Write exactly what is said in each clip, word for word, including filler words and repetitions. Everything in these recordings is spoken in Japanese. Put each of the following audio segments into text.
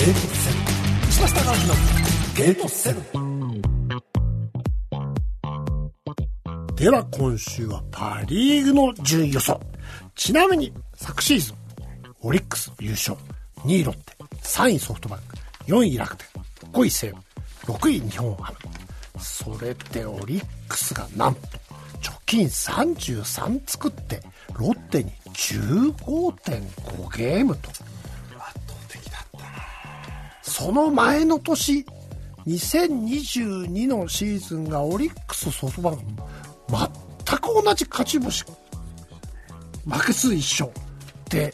ゲートセブン、石橋貴明のゲートセブン。では今週はパリーグの順位予想。ちなみに昨シーズンオリックス優勝、にいロッテ、さんいソフトバンク、よんい楽天、ごい西武、ろくい日本ハム。それでオリックスがなんと貯金さんじゅうさん作ってロッテに じゅうごてんご ゲームと圧倒的だったな。その前の年にせんにじゅうにのシーズンがオリックスソフトバンク全く同じ勝ち星、負け数一勝って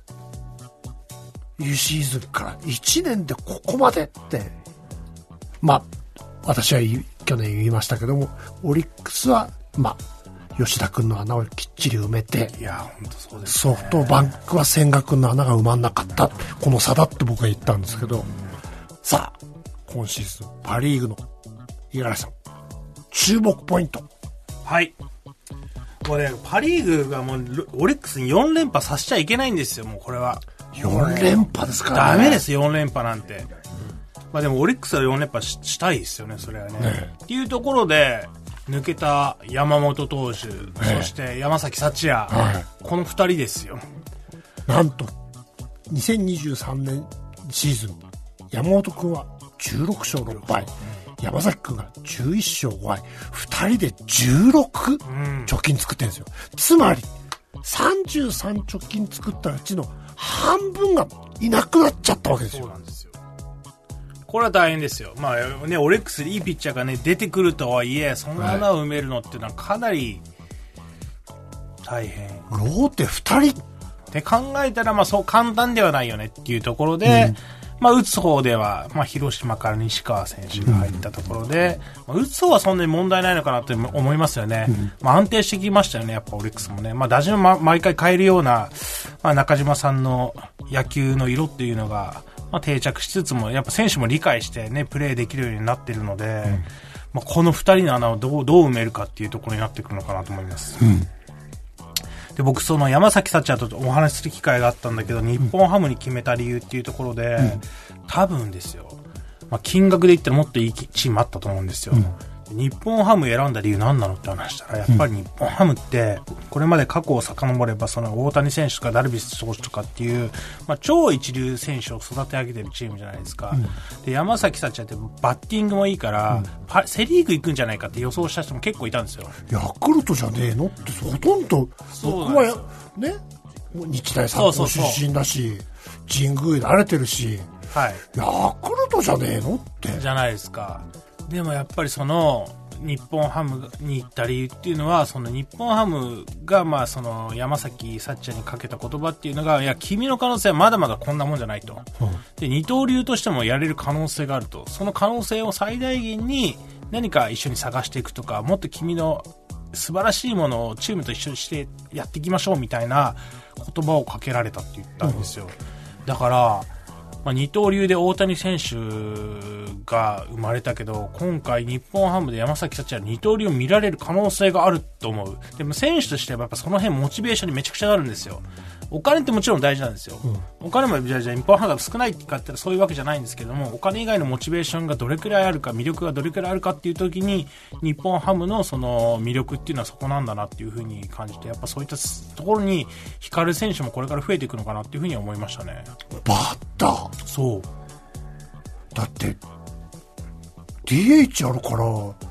いうシーズンからいちねんでここまでって、まあ私は去年言いましたけども、オリックスはまあ吉田君の穴をきっちり埋めて、 いや本当そうですね、 ソフトバンクは千賀君の穴が埋まんなかった、この差だって僕は言ったんですけど、さあ今シーズンパリーグの五十嵐さん注目ポイント。 はい、もうねパリーグがもうオリックスによん連覇させちゃいけないんですよ。もうこれはよん連覇ですからね。 ダメです、よん連覇なんて、うん、まあでもオリックスはよん連覇 し, したいですよね、それは ね, ねっていうところで抜けた山本投手、ね、そして山崎福也、はい、このふたりですよ。 なんとにせんにじゅうさんねんシーズン山本君はじゅうろく勝ろっぱい、山崎君がじゅういち勝ごはい、ふたりでじゅうろく貯金作ってるんですよ、うん、つまりさんじゅうさん貯金作ったうちの半分がいなくなっちゃったわけですよ。 そうなんですよ、これは大変ですよ。まあね、オリックスでいいピッチャーがね出てくるとはいえ、その穴を埋めるのっていうのはかなり大変、 ローテふたりって考えたら、まあそう簡単ではないよねっていうところで、うん、まあ打つ方では、まあ広島から西川選手が入ったところで、うん、まあ、打つ方はそんなに問題ないのかなと思いますよね。うん、まあ安定してきましたよね、やっぱオリックスもね。まあ打順を、ま、毎回変えるような、まあ中島さんの野球の色っていうのが、まあ、定着しつつも、やっぱ選手も理解してね、プレーできるようになっているので、うん、まあ、この二人の穴をどう、どう埋めるかっていうところになってくるのかなと思います。うん、で、僕、その山崎福也とお話しする機会があったんだけど、日本ハムに決めた理由っていうところで、うん、多分ですよ、まあ、金額で言ったらもっといいチームあったと思うんですよ。うん、日本ハム選んだ理由何なのって話したら、やっぱり日本ハムってこれまで過去を遡れば、その大谷選手とかダルビッシュ投手とかっていう、まあ、超一流選手を育て上げてるチームじゃないですか。うん、で山崎福也ってバッティングもいいから、うん、セリーグ行くんじゃないかって予想した人も結構いたんですよ。 ヤクルトじゃねえのってほとんど僕はね、日大三高出身だし、神宮で荒れてるし、はい、ヤクルトじゃねえのってじゃないですか。でもやっぱりその日本ハムに行った理由っていうのは、その日本ハムがまあその山崎福也にかけた言葉っていうのが、いや君の可能性はまだまだこんなもんじゃないと、うん、で二刀流としてもやれる可能性があると、その可能性を最大限に何か一緒に探していくとか、もっと君の素晴らしいものをチームと一緒にしてやっていきましょうみたいな言葉をかけられたって言ったんですよ。うん、だからまあ、二刀流で大谷選手が生まれたけど、今回日本ハムで山崎福也は二刀流を見られる可能性があると思う。でも選手としてはやっぱその辺モチベーションにめちゃくちゃなるんですよ。お金ってもちろん大事なんですよ。うん、お金もじゃあじゃあ日本ハムが少ないって言ったらそういうわけじゃないんですけども、お金以外のモチベーションがどれくらいあるか、魅力がどれくらいあるかっていう時に、日本ハムのその魅力っていうのはそこなんだなっていうふうに感じて、やっぱそういったところに光る選手もこれから増えていくのかなっていうふうに思いましたね。 バッターそうだって ディーエイチ あるから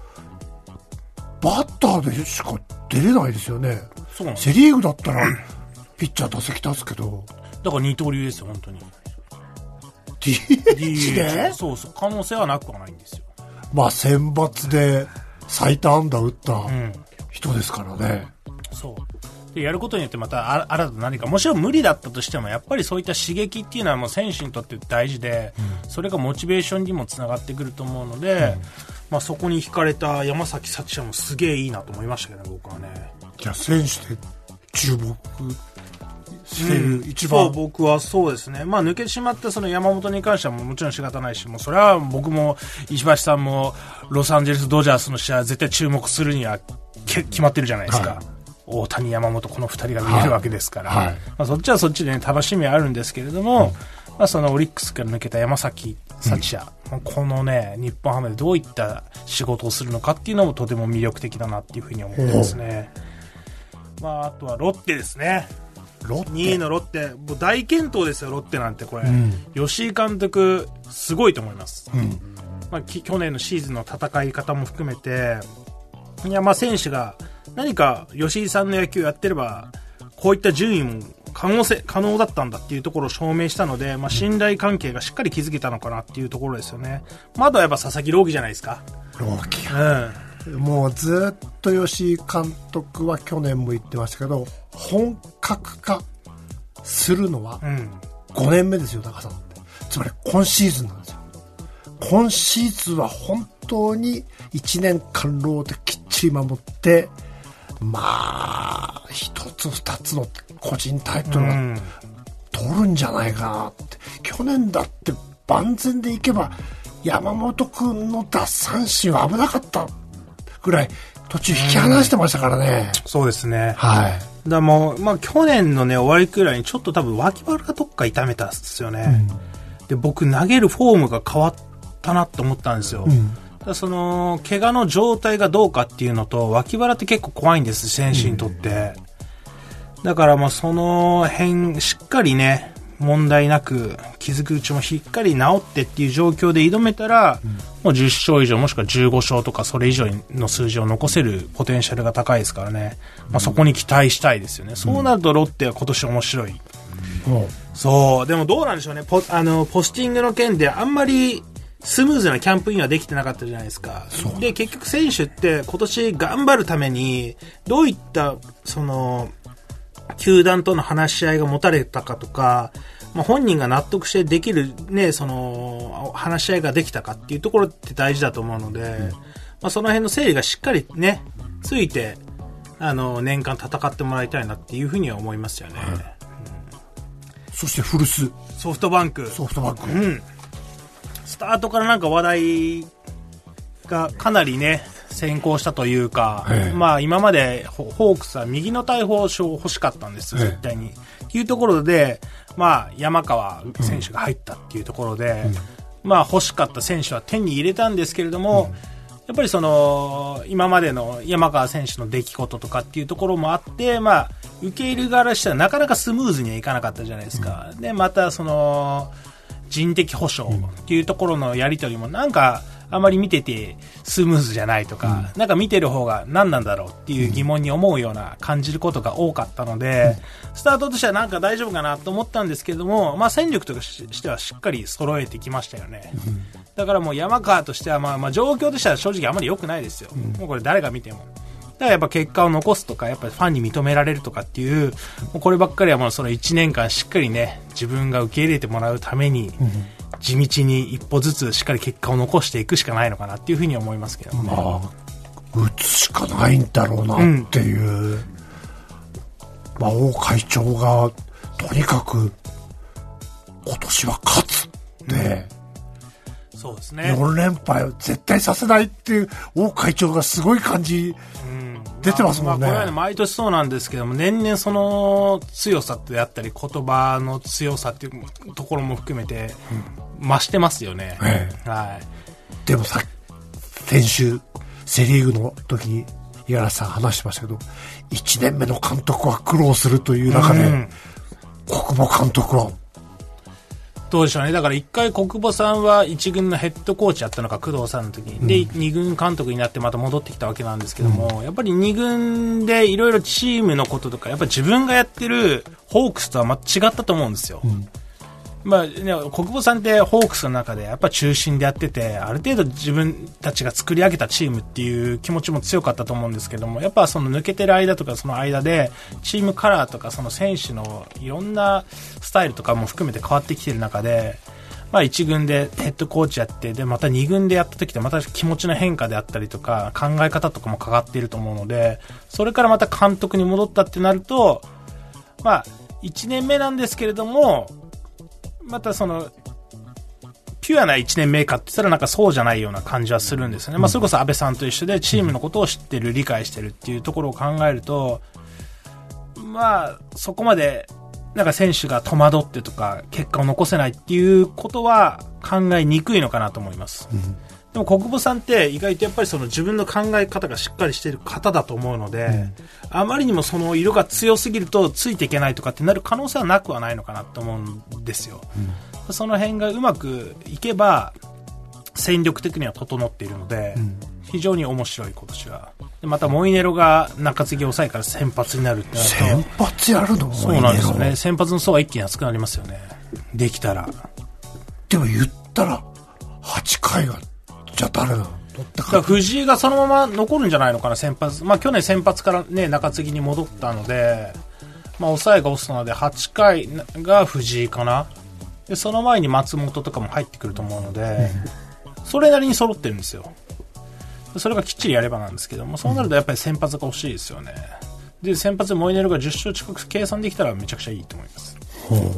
バッターでしか出れないですよね。そうなんです。セリーグだったらピッチャー打席立つけど、 だから二刀流ですよ本当に。 ディーエイチ でそうそう、可能性はなくはないんですよ。 まあ選抜で最多安打打った人ですからね。 うん、そうでやることによってまた新たな何か、もちろん無理だったとしてもやっぱりそういった刺激っていうのはもう選手にとって大事で、うん、それがモチベーションにもつながってくると思うので、うん、まあ、そこに惹かれた山崎福也もすげえいいなと思いましたけどね、僕はね。 じゃあ選手で注目してる、うん、一番。 そう、僕はそうですね。まあ抜けてしまったその山本に関してはもちろん仕方ないし、もうそれは僕も石橋さんもロサンゼルスドジャースの試合は絶対注目するには決まってるじゃないですか。はい、 大谷、山本、このふたりが見えるわけですから、 はいはい、 まあ、そっちはそっちで、ね、楽しみはあるんですけれども、うん、まあ、そのオリックスから抜けた山崎福也、うん、このね日本ハムでどういった仕事をするのかっていうのもとても魅力的だなっていうふうに思ってますね。まあ、あとはロッテですね。 ロッテにいのロッテ、もう大健闘ですよ、ロッテなんて。これ、うん、吉井監督すごいと思います、うん、まあ、去年のシーズンの戦い方も含めて、いや、まあ選手が何か吉井さんの野球やってればこういった順位も可能性可能だったんだっていうところを証明したので、まあ、信頼関係がしっかり築けたのかなっていうところですよね。まだやっぱ佐々木朗希じゃないですか。 朗希、うん、もうずっと吉井監督は去年も言ってましたけど、本格化するのはごねんめですよ、高さんって。つまり今シーズンなんですよ。今シーズンは本当にいちねんかんローできっちり守って、まあ一つ二つの個人タイトルを取るんじゃないかなって、うん、去年だって万全でいけば山本君の奪三振は危なかったぐらい途中引き離してましたからね、 うん、そうですね、 はい、 だもう、まあ、去年のね終わりくらいにちょっと多分脇腹がどっか痛めたんですよね、うん、で僕投げるフォームが変わったなと思ったんですよ、うん、だその怪我の状態がどうかっていうのと、脇腹って結構怖いんです、選手にとって、うん、だからまあその辺しっかりね問題なく傷口もしっかり治ってっていう状況で挑めたら、うん、もうじゅっしょう以上もしくはじゅうごしょうとかそれ以上の数字を残せるポテンシャルが高いですからね、まあ、そこに期待したいですよね、うん、そうなるとロッテは今年面白い、うん、そうでもどうなんでしょうね、ポ、あのポスティングの件であんまりスムーズなキャンプインはできてなかったじゃないですか。で結局選手って今年頑張るためにどういったその球団との話し合いが持たれたかとか、まあ、本人が納得してできるねその話し合いができたかっていうところって大事だと思うので、うんまあ、その辺の整理がしっかりねついてあの年間戦ってもらいたいなっていうふうには思いますよね、うん、 そして古巣ソフトバンクソフトバンク、 うんスタートからなんか話題がかなりね先行したというか、ええ、まあ今までホークスは右の大砲手欲しかったんですよ、ええ、絶対にというところで、まあ山川選手が入ったっていうところで、うん、まあ欲しかった選手は手に入れたんですけれども、うん、やっぱりその今までの山川選手の出来事とかっていうところもあって、まあ受け入れ側としてはなかなかスムーズにはいかなかったじゃないですか、うん、でまたその人的保障っていうところのやり取りもなんかあまり見ててスムーズじゃないとか、うん、なんか見てる方が何なんだろうっていう疑問に思うような感じることが多かったので、うん、スタートとしてはなんか大丈夫かなと思ったんですけども、まあ戦力としてはしっかり揃えてきましたよね、うん、だからもう山川としてはまあまあ状況としては正直あまり良くないですよ、うん、もうこれ誰が見てもだからやっぱ結果を残すとかやっぱりファンに認められるとかっていう、もうこればっかりはもうそのいちねんかんしっかりね自分が受け入れてもらうために、うん地道に一歩ずつしっかり結果を残していくしかないのかなっていうふうに思いますけどね。まあ、 打つしかないんだろうなっていう、うんまあ、王会長がとにかく今年は勝つって、 うん、そうですねよんれんぱいを絶対させないっていう王会長がすごい感じ、うん出てますもんね。 まあ、これはね毎年そうなんですけども年々その強さであったり言葉の強さっていうところも含めて増してますよね、 ええはい、 でもさ先週セリーグの時に五十嵐さん話してましたけどいちねんめの監督は苦労するという中で、うん、小久保監督はどうでしょうね。だから一回小久保さんは一軍のヘッドコーチやったのか工藤さんの時に、うん、で二軍監督になってまた戻ってきたわけなんですけども、うん、やっぱり二軍でいろいろチームのこととかやっぱ自分がやってるホークスとはまた違ったと思うんですよ、うんまあね、小久保さんってホークスの中でやっぱ中心でやっててある程度自分たちが作り上げたチームっていう気持ちも強かったと思うんですけどもやっぱその抜けてる間とかその間でチームカラーとかその選手のいろんなスタイルとかも含めて変わってきてる中でまあ一軍でヘッドコーチやってでまた二軍でやった時ってまた気持ちの変化であったりとか考え方とかも変わっていると思うのでそれからまた監督に戻ったってなるとまあいちねんめなんですけれどもまたそのピュアないちねんめかって言ったらなんかそうじゃないような感じはするんですよね。まあそれこそ安倍さんと一緒でチームのことを知ってる、理解してるっていうところを考えると、まあそこまでなんか選手が戸惑ってとか結果を残せないっていうことは考えにくいのかなと思います。うん、でも国保さんって意外とやっぱりその自分の考え方がしっかりしている方だと思うので、うん、あまりにもその色が強すぎるとついていけないとかってなる可能性はなくはないのかなと思うんですよ。うん、その辺がうまくいけば戦力的には整っているので、うん、非常に面白い今年は。でまたモイネロが中継ぎ抑えから先発になるってなると、 先発やるの？ そうなんですよね。先発の層は一気に厚くなりますよね、できたら。 でも言ったらはちかいはじゃあ誰なの？取ってか藤井がそのまま残るんじゃないのかな、先発。まあ去年先発からね中継ぎに戻ったので、まあ抑えがオスなのではちかいが藤井かな。でその前に松本とかも入ってくると思うので、うん、それなりに揃ってるんですよ。それがきっちりやればなんですけども、そうなるとやっぱり先発が欲しいですよね。で先発でモイネロがじゅっ勝近く計算できたらめちゃくちゃいいと思います。うんうん、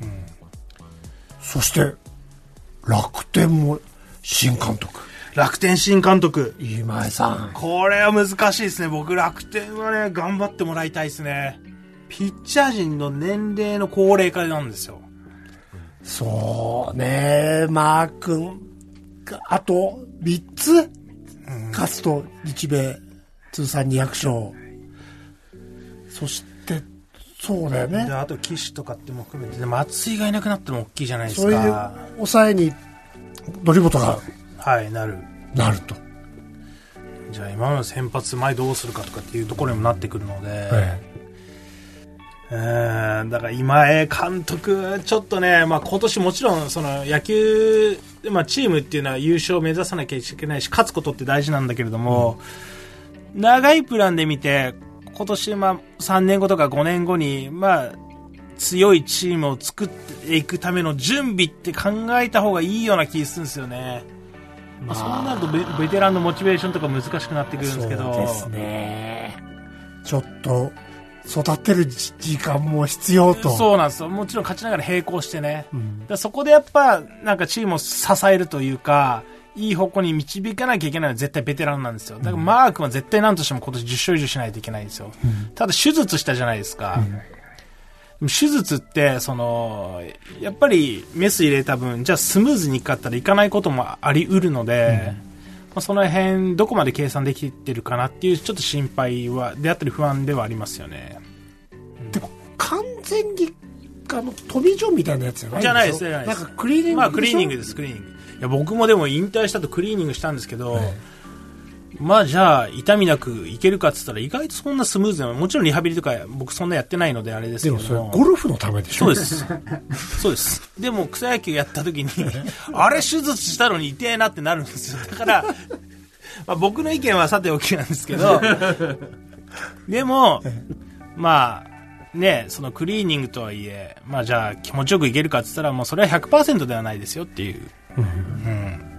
そして楽天も新監督。 楽天新監督今井さん、 これは難しいですね。僕楽天はね頑張ってもらいたいですね。ピッチャー陣の年齢の高齢化なんですよ。 そうね、マー君あとみっつ勝つと日米通算にひゃく勝、そしてそうだよね。 であと岸とかっても含めて松井がいなくなっても大きいじゃないですか。 そういう抑えに則本がはいなるなると、 じゃあ今の先発前どうするかとかっていうところにもなってくるので、えええー、だから今江監督ちょっとね、まあ、今年もちろんその野球、まあ、チームっていうのは優勝を目指さなきゃいけないし勝つことって大事なんだけれども、うん、長いプランで見て今年まあさんねんごとかごねんごにまあ強いチームを作っていくための準備って考えた方がいいような気がするんですよね。まあ、そうなると ベ, ベテランのモチベーションとか難しくなってくるんですけど、 そうですね、ちょっと育てる時間も必要と。 そうなんですよ。もちろん勝ちながら並行してね、うん、だそこでやっぱなんかチームを支えるというかいい方向に導かなきゃいけないのは絶対ベテランなんですよ。だからマー君は絶対何としても今年じゅっ勝以上しないといけないんですよ、うん、ただ手術したじゃないですか、うん、手術ってそのやっぱりメス入れた分じゃあスムーズにいかったらいかないこともあり得るので、うん、まあ、その辺どこまで計算できてるかなっていうちょっと心配はであったり不安ではありますよね。 でも完全にあのトミー・ジョンみたいなやつじゃないんですよ。 じゃないです、じゃないです。 なんかクリーニング、 まあクリーニングです、クリーニング。いや僕もでも引退したとクリーニングしたんですけど、はい、まあじゃあ痛みなくいけるかって言ったら意外とそんなスムーズな、もちろんリハビリとか僕そんなやってないのであれですけども。 でもそれゴルフのためでしょ。 そうです。そうです。でも草野球やった時にあれ手術したのに痛えなってなるんですよ。だから、まあ、僕の意見はさておきなんですけど、でもまあね、そのクリーニングとはいえ、まあじゃあ気持ちよくいけるかって言ったらもうそれは ひゃくパーセント ではないですよっていう。うん。うん、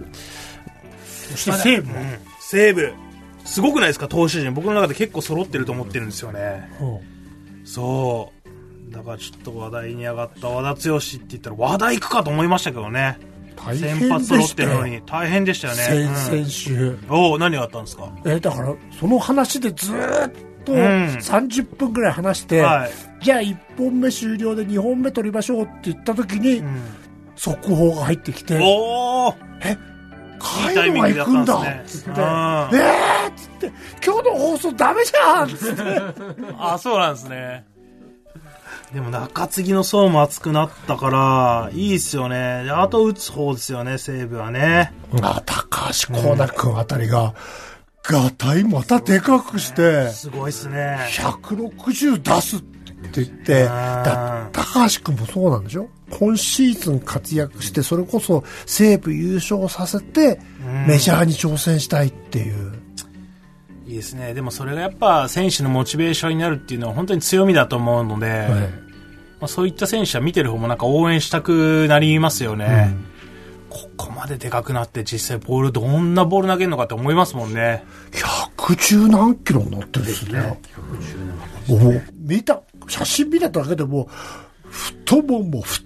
そして西武、うん、 西武すごくないですか、投手陣。僕の中で結構揃ってると思ってるんですよね。うん、そうだからちょっと話題に上がった和田剛って言ったら話題行くかと思いましたけどね。先発揃ってるのに大変でしたよね。 先週、 うん、お何があったんですか。 えだからその話でずーっとさんじゅっぷんぐらい話して、うん、はい、じゃあいっぽんめ終了でにほんめ取りましょうって言った時に、うん、速報が入ってきて、 おーえ海野が行くんだっつって、えーっつって今日の放送ダメじゃんっつってあ、そうなんですね。でも中継ぎの層も厚くなったからいいですよね。あと打つ方ですよね、西武はね。 あ、高橋光成君あたりが、うん、ガタイまたでかくしてすごいっすね。 ひゃくろくじゅう出すって言ってだ、高橋君もそうなんでしょ。今シーズン活躍してそれこそ西武優勝させてメジャーに挑戦したいっていう、 うん、いいですね。でもそれがやっぱ選手のモチベーションになるっていうのは本当に強みだと思うので、はい、まあ、そういった選手は見てる方もなんか応援したくなりますよね、うん、ここまででかくなって実際ボールどんなボール投げるのかって思いますもんね。 ひゃくじゅう何キロになってるんですね。お見た写真見ただけでも太もも太っ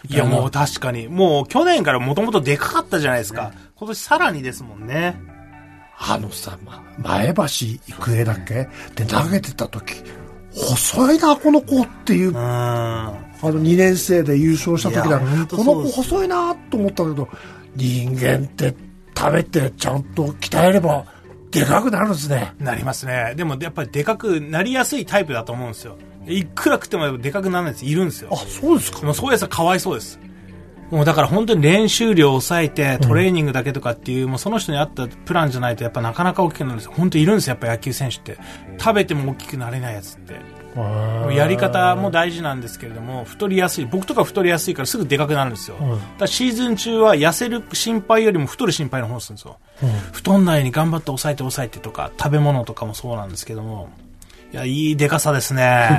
いやもう確かに。もう去年からもともとでかかったじゃないですか。ね、今年さらにですもんね。 あのさ、ま、前橋育英だっけで投げてた時、細いな、この子っていう。うん。あのにねん生で優勝した時だ。この子細いなと思ったけど、人間って食べてちゃんと鍛えればでかくなるんですね。 なりますね。でもやっぱりでかくなりやすいタイプだと思うんですよ。いくら食ってもでかくならないやついるんですよ。 あ、そうですか。 もうそういうやつはかわいそうです。もうだから本当に練習量を抑えてトレーニングだけとかっていう、うん、もうその人に合ったプランじゃないとやっぱなかなか大きくなるんですよ。本当にいるんですよ、やっぱ野球選手って。食べても大きくなれないやつって。もうやり方も大事なんですけれども、太りやすい。僕とか太りやすいからすぐでかくなるんですよ。うん、だからシーズン中は痩せる心配よりも太る心配の方をするんですよ。うん、太んないように頑張って抑えて抑えてとか、食べ物とかもそうなんですけども。いや、いいでかさですね。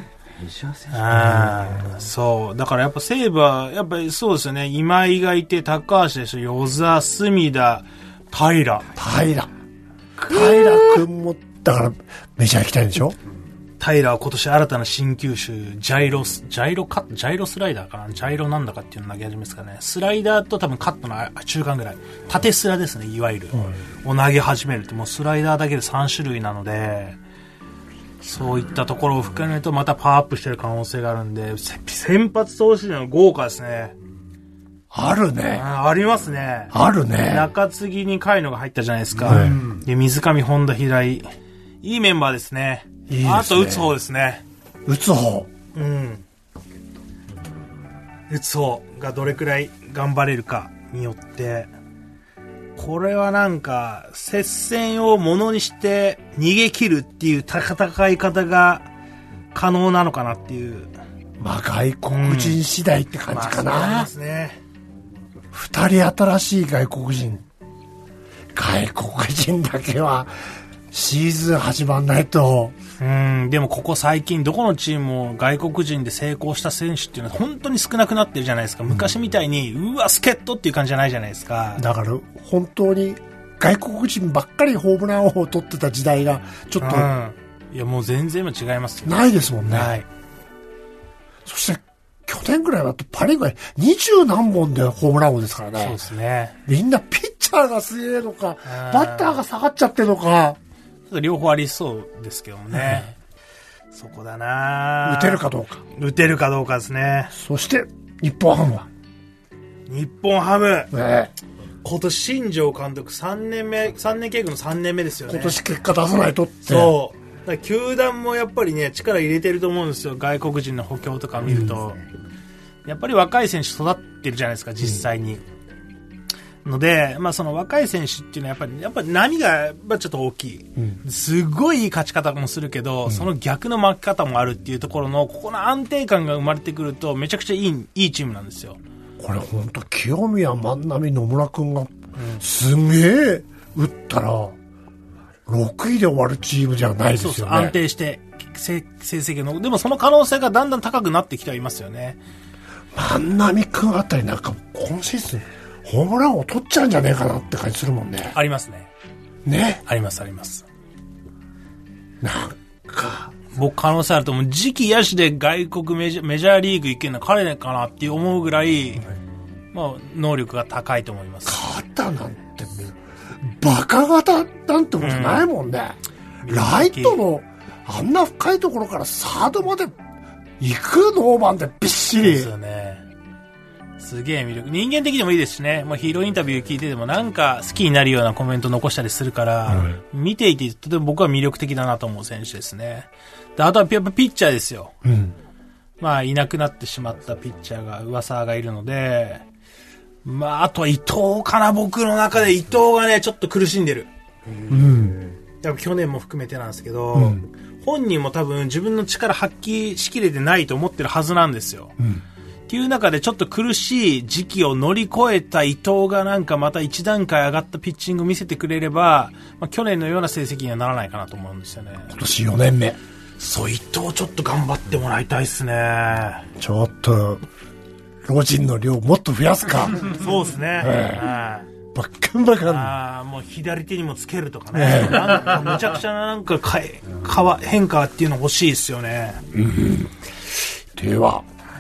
あそう。だからやっぱ西武は、やっぱりそうですよね。今井がいて、高橋でしょ、与座、隅田、平。 平。平君も、だからメジャー行きたいんでしょ。 平は今年新たな新球種、ジャイロス、ジャイロカット、ジャイロスライダーかな、ジャイロなんだかっていうの投げ始めですかね。スライダーと多分カットの中間ぐらい。縦スラですね、いわゆる。うん、を投げ始めるって、もうスライダーだけでさん種類なので、そういったところを含めるとまたパワーアップしてる可能性があるんで、先発投手の豪華ですね。 あるね。 あ, ありますね。 あるね。 中継ぎに甲斐野が入ったじゃないですか。うん、で水上、本田、平井。いいメンバーですね。いいですね。あと打つ方ですね。 打つ方。 うん。打つ方がどれくらい頑張れるかによって、これはなんか接戦をものにして逃げ切るっていう戦い方が可能なのかなっていう。 まあ外国人次第って感じかな。うん、まあ、そうですね。二人新しい外国人。外国人だけはシーズン始まんないと。 うん、でもここ最近どこのチームも外国人で成功した選手っていうのは本当に少なくなってるじゃないですか。昔みたいに、うん、うわ、助っ人っていう感じじゃないじゃないですか。 だから本当に外国人ばっかりホームラン王を取ってた時代がちょっと、うん、 いやもう全然違いますよ。 ないですもんね。 はい。 そして去年ぐらいだとパ・リーグは二十何本でホームラン王ですからね。 そうですね。 みんなピッチャーがすげえのか、バッターが下がっちゃってるのか。 両方ありそうですけどもね。うん、そこだな。 打てるかどうか。 打てるかどうかですね。 そして日本ハムは。 日本ハム。 ね、 今年新庄監督さんねんめ、さんねん計画のさんねんめですよね。 今年結果出さないとって。 そう。だから球団もやっぱりね、力入れてると思うんですよ。外国人の補強とか見ると。うん、やっぱり若い選手育ってるじゃないですか、実際に。うん、ので、まあその若い選手っていうのはやっぱり、やっぱり波がちょっと大きい。うん、すごいいい勝ち方もするけど、うん、その逆の負け方もあるっていうところの、ここの安定感が生まれてくると、めちゃくちゃいい、いいチームなんですよ。 これ本当清宮、万波、野村君が、すんげえ打ったら、ろくいで終わるチームじゃないですよね。そうそう、 安定して成績の、でもその可能性がだんだん高くなってきてはいますよね。 万波君あたりなんか今シーズンホームランを取っちゃうんじゃねえかなって感じするもんね。 ありますね。 ね。 ありますあります。 なんか僕可能性あると思う。次期野手で外国メジャー、メジャーリーグ行けるのは彼かなって思うぐらい、はい、まあ能力が高いと思います。 肩なんてバカ型なんてことないもんね。うん、ライトのあんな深いところからサードまで行くノーバンでびっしり。 そうですよね。すげえ魅力。人間的にもいいですしね。まあ、ヒーローインタビュー聞いててもなんか好きになるようなコメント残したりするから、うん、見ていてとても僕は魅力的だなと思う選手ですね。で、あとはやっぱピッチャーですよ。うん、まあいなくなってしまったピッチャーが噂がいるので、まああとは伊藤かな。僕の中で伊藤がねちょっと苦しんでる。うん。やっぱ去年も含めてなんですけど、うん、本人も多分自分の力発揮しきれてないと思ってるはずなんですよ。うん、っていう中でちょっと苦しい時期を乗り越えた伊藤がなんかまた一段階上がったピッチングを見せてくれれば、まあ、去年のような成績にはならないかなと思うんですよね。 今年よねんめ。 そう、伊藤ちょっと頑張ってもらいたいですね。 ちょっと老人の量もっと増やすか。 そうですね。えーバッカンバカン。 ああ、もう左手にもつけるとかね。なんかむちゃくちゃななんかかえ、変化っていうの欲しいですよね。 うん、では、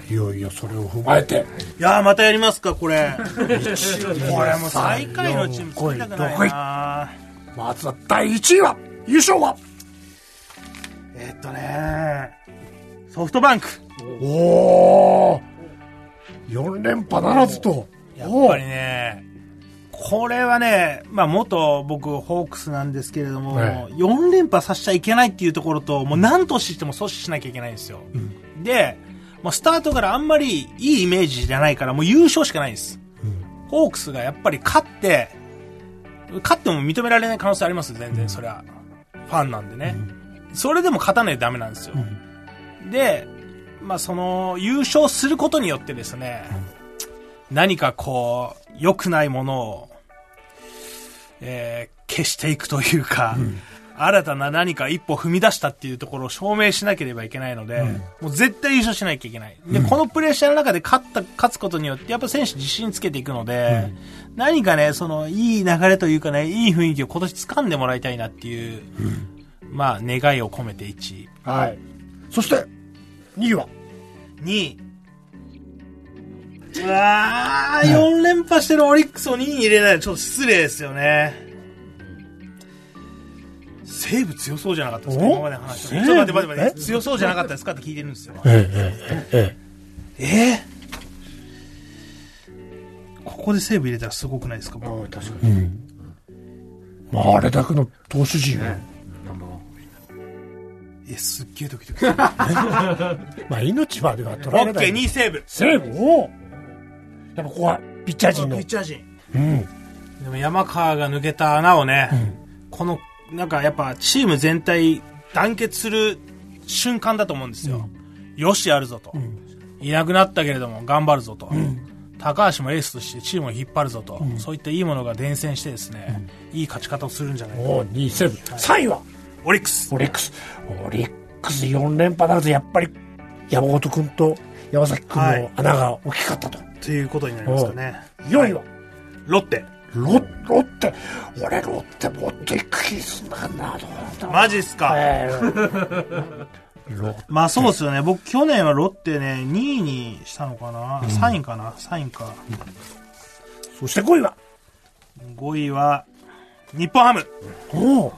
いよいよそれを踏まえて。 いやー、またやりますか、これ。これもう最下位のチーム作りたくないな。 まずはだいいちいは、優勝はえー、っとねソフトバンク。 おー、よん連覇ならずと。 やっぱりね、これはね、まあ元僕ホークスなんですけれども、はい、よん連覇させちゃいけないっていうところと、もう何としても阻止しなきゃいけないんですよ。うん、で、もうスタートからあんまりいいイメージじゃないから、もう優勝しかないんです。うん、ホークスがやっぱり勝って、勝っても認められない可能性ありますよ、全然。うん、それは。ファンなんでね。うん、それでも勝たないとダメなんですよ。うん、で、まあその、優勝することによってですね、うん、何かこう、良くないものを、えー、消していくというか、うん、新たな何か一歩踏み出したっていうところを証明しなければいけないので、うん、もう絶対優勝しなきゃいけない。で、うん、このプレッシャーの中で勝った、勝つことによって、やっぱ選手自信つけていくので、うん、何かね、その、いい流れというかね、いい雰囲気を今年掴んでもらいたいなっていう、うん、まあ、願いを込めていち。 はい。そして、にいはにい。うわー、よん連覇してるオリックスをにいに入れないのちょっと失礼ですよね。西武強そうじゃなかったですか、今までの話。ちょっと待って待って待って、強そうじゃなかったですかって聞いてるんですよ。えええええー、ここで西武入れたらすごくないですか。 ああ、確かに。うん、まああれだけの投手陣ね。 え、すっげえドキドキ。 まあ命までは取られない。 オッケー、にい西武。 西武を。やっぱここはピッチャー陣の。 ピッチャー陣。うん。でも山川が抜けた穴をね、うん、このなんかやっぱチーム全体団結する瞬間だと思うんですよ。うん、よしやるぞと、うん、いなくなったけれども頑張るぞと、うん、高橋もエースとしてチームを引っ張るぞと、うん、そういったいいものが伝染してですね、うん、いい勝ち方をするんじゃないかと。 おー、にい西武、はい、さんいはオリックス。 オリックスオリックスよん連覇なるとやっぱり山本君と山崎君の穴が大きかったと、はい、 ということになりますかね。 よんいは、はい、 ロッテ。 ロロッテ、俺ロッテもっといく気すんだな。 マジっすか。えー、まあそうですよね。僕去年はロッテねにいにしたのかな、うん、さんいかな、さんいか、うん、 そしてごいはごいは日本ハム。 お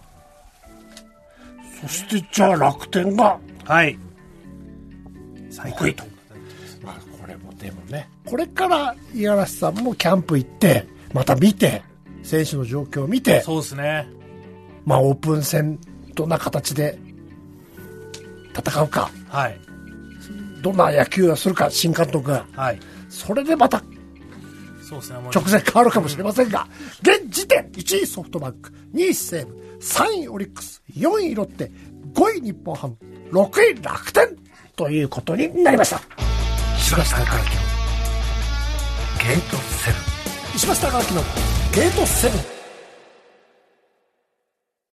そしてじゃあ楽天がはい最下位と。まあこれもでもね、これから五十嵐さんもキャンプ行ってまた見て選手の状況を見て、 そうですね、 まあオープン戦どんな形で戦うか、 はい、 どんな野球をするか新監督が、はい、それでまたそうですね、 直前変わるかもしれませんが、現時点いちいソフトバンク、にい西武、さんいオリックス、よんいロッテ、ごい日本ハム、ろくい楽天ということになりました。石橋貴明のゲートセブン、石橋貴明のゲートセブン。